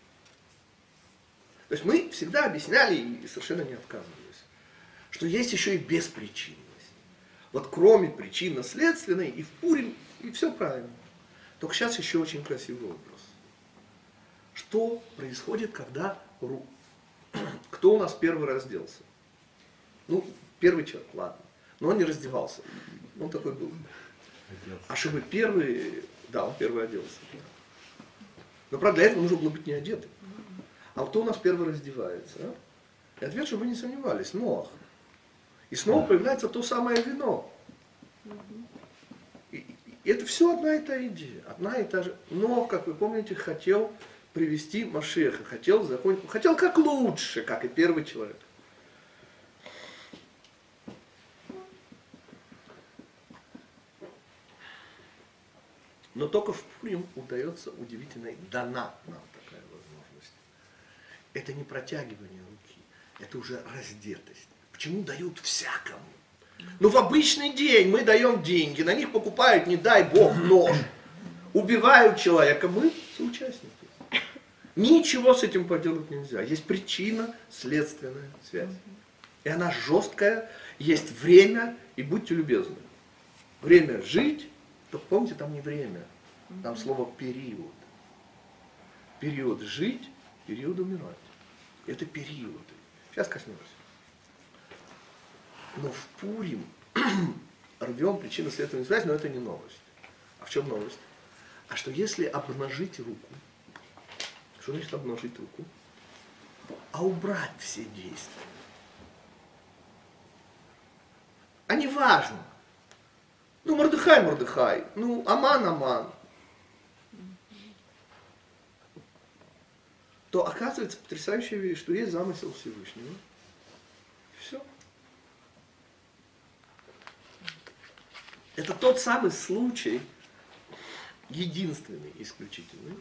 То есть мы всегда объясняли и совершенно не отказывались, что есть еще и беспричинность. Вот кроме причинно-следственной и в Пурим, и все правильно. Только сейчас еще очень красивый вопрос. Что происходит, когда ру... кто у нас первый разделся? Ну, первый человек, ладно. Но он не раздевался. Он такой был. А чтобы первый, да, он первый оделся. Но, правда, для этого нужно было быть не одетым. А кто у нас первый раздевается? А? И ответ, чтобы вы не сомневались, Ноах. И снова появляется то самое вино. И, и это все одна и та идея. Одна и та же. Ноах, как вы помните, хотел привести Машеха, хотел закончить, хотел как лучше, как и первый человек. Но только в Пурим удается удивительно, дана нам такая возможность. Это не протягивание руки, это уже раздетость. Почему дают всякому? Ну в обычный день мы даем деньги, на них покупают, не дай бог, нож. Убивают человека, мы соучастники. Ничего с этим поделать нельзя. Есть причина, следственная связь. И она жесткая, есть время, и будьте любезны. Время жить. Только помните, там не время, там слово период. Период жить, период умирать. Это периоды. Сейчас коснемся. Но в Пурим рвем причинно-следственную связь, но это не новость. А в чем новость? А что если обнажить руку, что значит обнажить руку? А убрать все действия. А не важно. Ну, Мордехай, Мордехай, ну, Аман, Аман. То оказывается потрясающая вещь, что есть замысел Всевышнего. И все. Это тот самый случай, единственный, исключительный,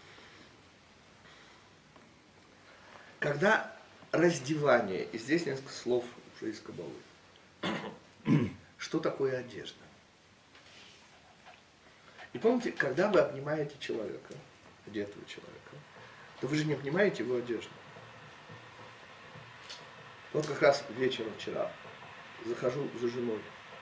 когда раздевание, и здесь несколько слов уже из Кабалы. Что такое одежда? И помните, когда вы обнимаете человека, одетого человека, то вы же не обнимаете его одежду. Вот как раз вечером вчера захожу за женой,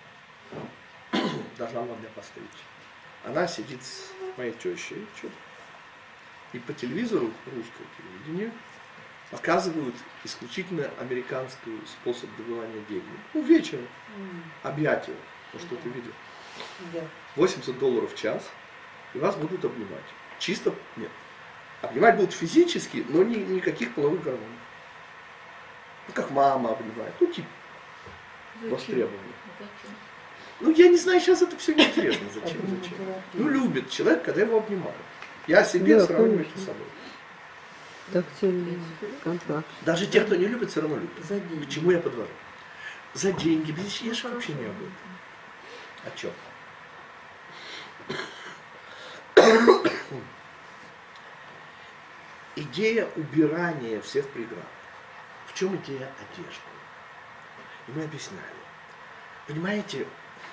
должна была меня постричь. Она сидит с моей тещей, и по телевизору, русское телевидение, показывают исключительно американский способ добывания денег. Ну, вечером. Объятия. Ну, что ты видел? восемьдесят долларов в час, и вас будут обнимать. Чисто нет. Обнимать будут физически, но ни, никаких половых гормонов. Ну, как мама обнимает. Ну, типа востребованный. Ну, я не знаю, сейчас это все неинтересно. Зачем? Зачем? Ну, любит человек, когда его обнимают. Я себе Да, сравниваю это конечно. с собой. Тактильный контакт. Даже те, кто не любит, все равно любят. За деньги. К чему я подвожу? За деньги. Я же вообще не об этом. О чем? Идея убирания всех преград. В чем идея одежды? И мы объясняли. Понимаете,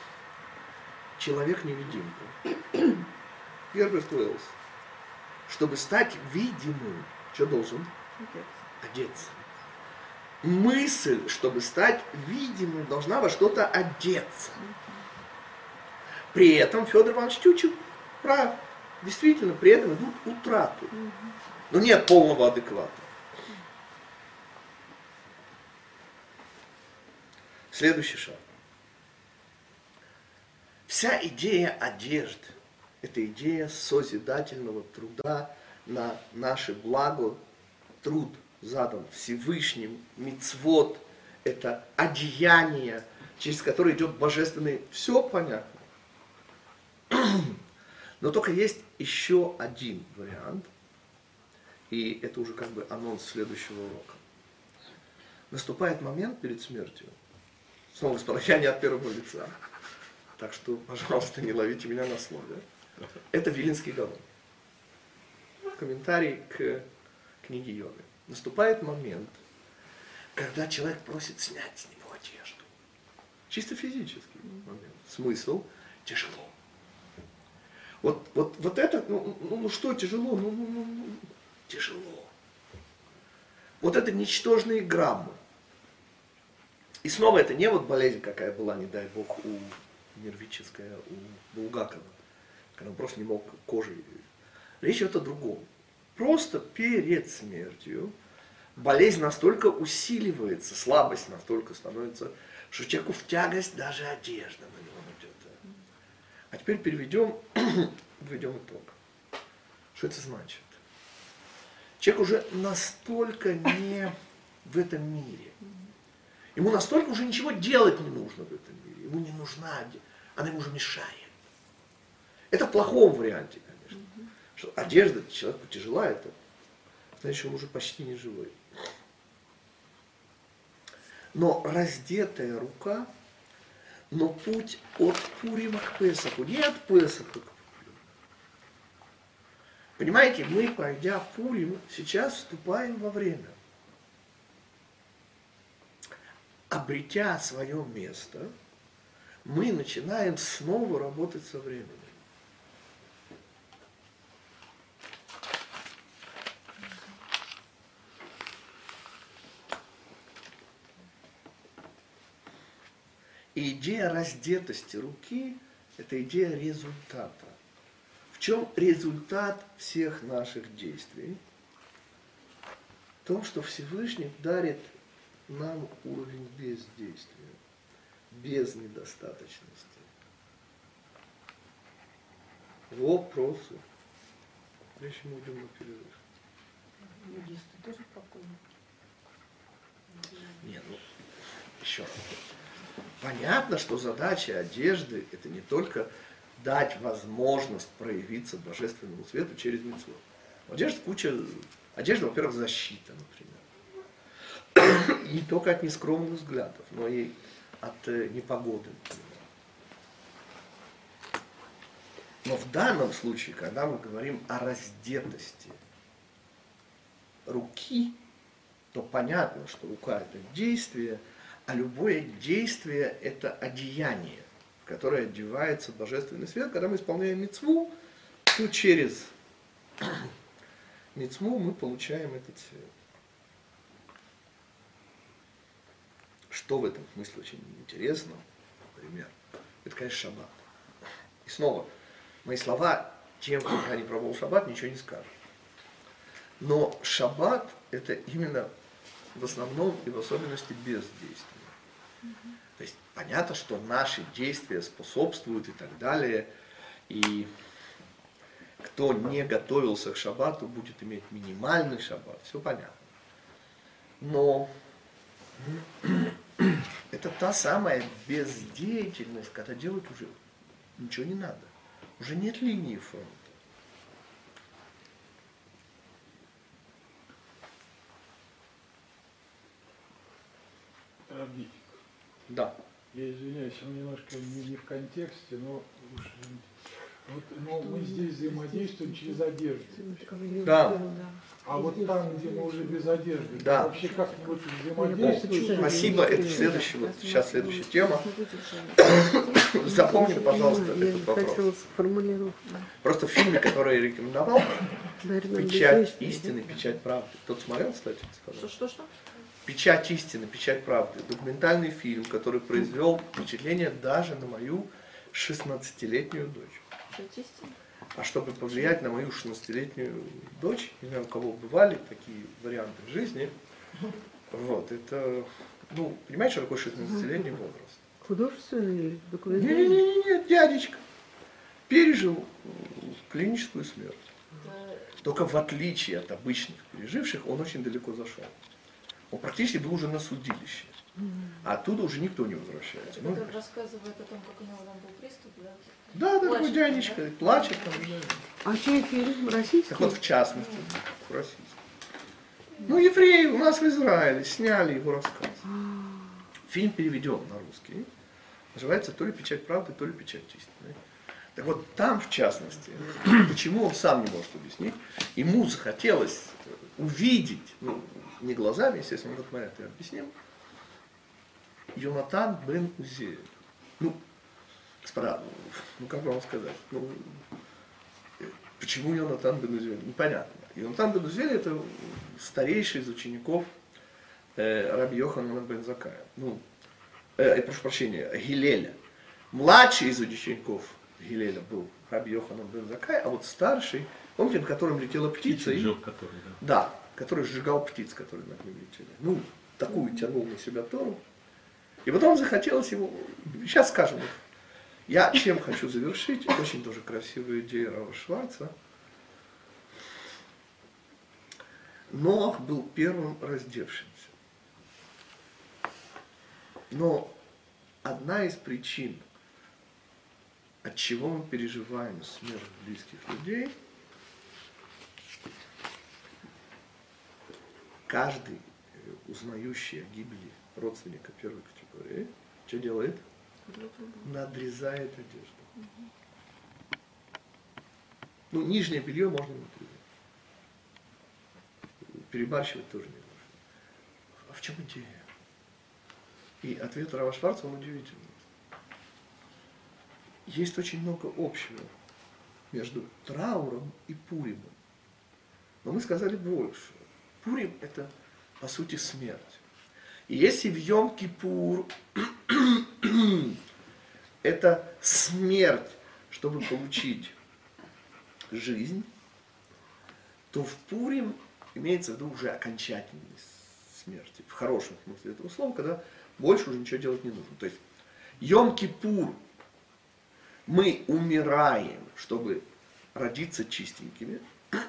человек-невидимка, Герберт Уэллс, чтобы стать видимым, что должен? Одеться. Мысль, чтобы стать видимым, должна во что-то одеться. При этом Федор Иванович Тютчев прав. Действительно, при этом идут утраты. Но нет полного адеквата. Следующий шаг. Вся идея одежды – это идея созидательного труда на наше благо. Труд задан Всевышним, мицвот – это одеяние, через которое идет божественный. Все понятно. Но только есть еще один вариант, и это уже как бы анонс следующего урока. Наступает момент перед смертью, снова я не от первого лица, Так что, пожалуйста, не ловите меня на слове. Это Виленский Гаон. Комментарий к книге Йоны. Наступает момент, когда человек просит снять с него одежду. Чисто физический момент. Смысл тяжело. Вот, вот, вот это, ну, ну, ну что тяжело? Ну, ну, ну, ну, тяжело. Вот это ничтожные граммы. И снова это не вот болезнь, какая была, не дай бог, у нервическая, у Булгакова, когда он просто не мог кожей. Речь идет о другом. Просто перед смертью болезнь настолько усиливается, слабость настолько становится, что человеку в тягость даже одежда на него идет. А теперь переведем, введем итог. Что это значит? Человек уже настолько не в этом мире. Ему настолько уже ничего делать не нужно в этом мире. Ему не нужна одежда. Она ему уже мешает. Это в плохом варианте, конечно. Что одежда человеку тяжела, это значит, он уже почти не живой. Но раздетая рука, но путь от Пурима к Песаху, не от Песаха к Пуриму. Понимаете, мы, пройдя Пурим, сейчас вступаем во время. Обретя свое место, мы начинаем снова работать со временем. И идея раздетости руки – это идея результата. В чем результат всех наших действий? В том, что Всевышний дарит нам уровень бездействия, без недостаточности. Вопросы. Прежде чем мы уйдем на перерыв. Буддисты тоже спокойны. Нет, ну, еще раз. Понятно, что задача одежды – это не только дать возможность проявиться божественному свету через мицвот. Одежда куча. Одежда, во-первых, защита, например. Не только от нескромных взглядов, но и от э, непогоды, например. Но в данном случае, когда мы говорим о раздетости руки, то понятно, что рука – это действие, а любое действие – это одеяние, в которое одевается божественный свет. Когда мы исполняем мицву, то через мицву мы получаем этот свет. Что в этом смысле очень интересно, например, это, конечно, шаббат. И снова, мои слова тем, кто не пробовал шаббат, ничего не скажут. Но шаббат – это именно в основном и в особенности бездействие. То есть понятно, что наши действия способствуют и так далее. И кто не готовился к шаббату, будет иметь минимальный шаббат. Все понятно. Но это та самая бездеятельность, когда делать уже ничего не надо. Уже нет линии фронта. Равнить. Да. Я извиняюсь, он немножко не, не в контексте, но уж, вот, но мы здесь взаимодействуем через одежду. Да. А вот там, где мы уже без одежды, Да. вообще как-нибудь взаимодействуем. Спасибо, это следующая, вот сейчас следующая тема. Запомни, пожалуйста, этот вопрос. Просто в фильме, который я рекомендовал, «Печать истины, печать правды». Кто-то смотрел, кстати? Что, что, что? «Печать истины, печать правды». Документальный фильм, который произвел впечатление даже на мою шестнадцатилетнюю дочь. Печать истины? А чтобы повлиять на мою шестнадцатилетнюю дочь, не знаю, у кого бывали такие варианты в жизни, вот, это, ну, понимаете, что такое шестнадцатилетний возраст? Художественный или документальный? Не-не-не, дядечка пережил клиническую смерть. Только в отличие от обычных переживших, он очень далеко зашел. Он практически был уже на судилище. А оттуда уже никто не возвращается. Это Ну, который рассказывает о том, как у него там был приступ, да? да, да, такой Плачет, дядечка, да? плачет там. А чей фильм? Российский? Так вот, в частности, российский. Ну, евреи у нас в Израиле сняли его рассказ. Фильм переведен на русский. Называется то ли печать правды, то ли печать истины. Так вот, там, в частности, почему он сам не может объяснить, ему захотелось увидеть, ну, не глазами, естественно, вот мы это объясним, Йонатан бен Узиэль. Ну, господа, ну как вам сказать, ну, почему Йонатан бен Узиэль? Непонятно. Йонатан бен Узиэль это старейший из учеников э, Раби Йоханана бен Заккая. Ну, э, прошу прощения, Гилеля. Младший из учеников Гилеля был Раби Йоханан бен Заккай, а вот старший, помните, на котором летела птица? И, Сжег который, да. да, который сжигал птиц, которые над ним летели. Ну, такую тянул на себя Тору. И потом захотелось ему, сейчас скажем, я чем хочу завершить, очень тоже красивая идея Рава Шварца. Ноах был первым раздевшимся. Но одна из причин, от чего мы переживаем смерть близких людей, каждый, узнающий о гибели родственника первой категории, что делает? Надрезает одежду. Ну, нижнее белье можно надрезать. Перебарщивать тоже не нужно. А в чем идея? И ответ Рава Шварца, он удивительный. Есть очень много общего между трауром и Пуримом. Но мы сказали больше. Пурим – это, по сути, смерть. И если в Йом-Кипур это смерть, чтобы получить жизнь, то в Пурим имеется в виду уже окончательная смерть. В хорошем смысле этого слова, когда больше уже ничего делать не нужно. То есть Йом-Кипур мы умираем, чтобы родиться чистенькими.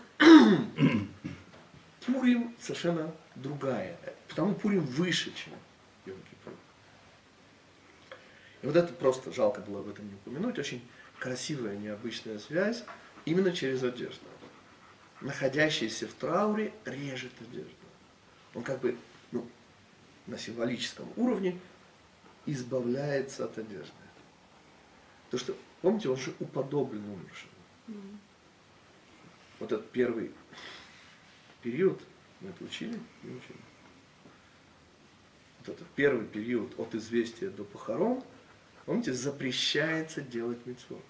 Пурим совершенно другая. Потому Пурим выше, чем Йом-Кипур. И вот это просто жалко было об этом не упомянуть. Очень красивая, необычная связь именно через одежду. Находящийся в трауре режет одежду. Он как бы ну, на символическом уровне избавляется от одежды. Потому что, помните, он же уподоблен умершему. Mm. Вот этот первый период, мы это учили? Не учили. Вот этот первый период от известия до похорон, помните, запрещается делать мицвот.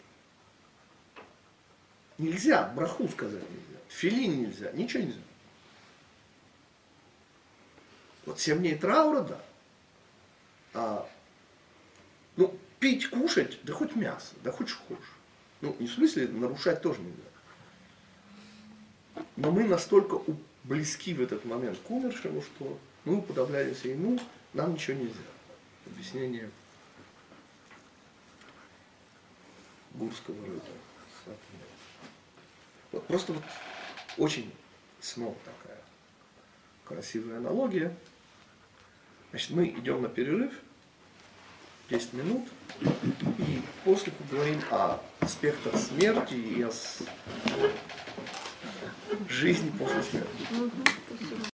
Нельзя, браху сказать нельзя, филин нельзя, ничего нельзя. Вот семь дней траура, да. А, ну, пить, кушать, да хоть мясо, да хоть что хочешь. Ну, не в смысле нарушать тоже нельзя. Но мы настолько близки в этот момент к умершему, что мы уподобляемся ему, нам ничего нельзя. Объяснение Гурского рыба. Вот просто вот очень снова такая красивая аналогия. Значит, мы идем на перерыв, десять минут, и после поговорим о аспектах смерти и о жизни после смерти.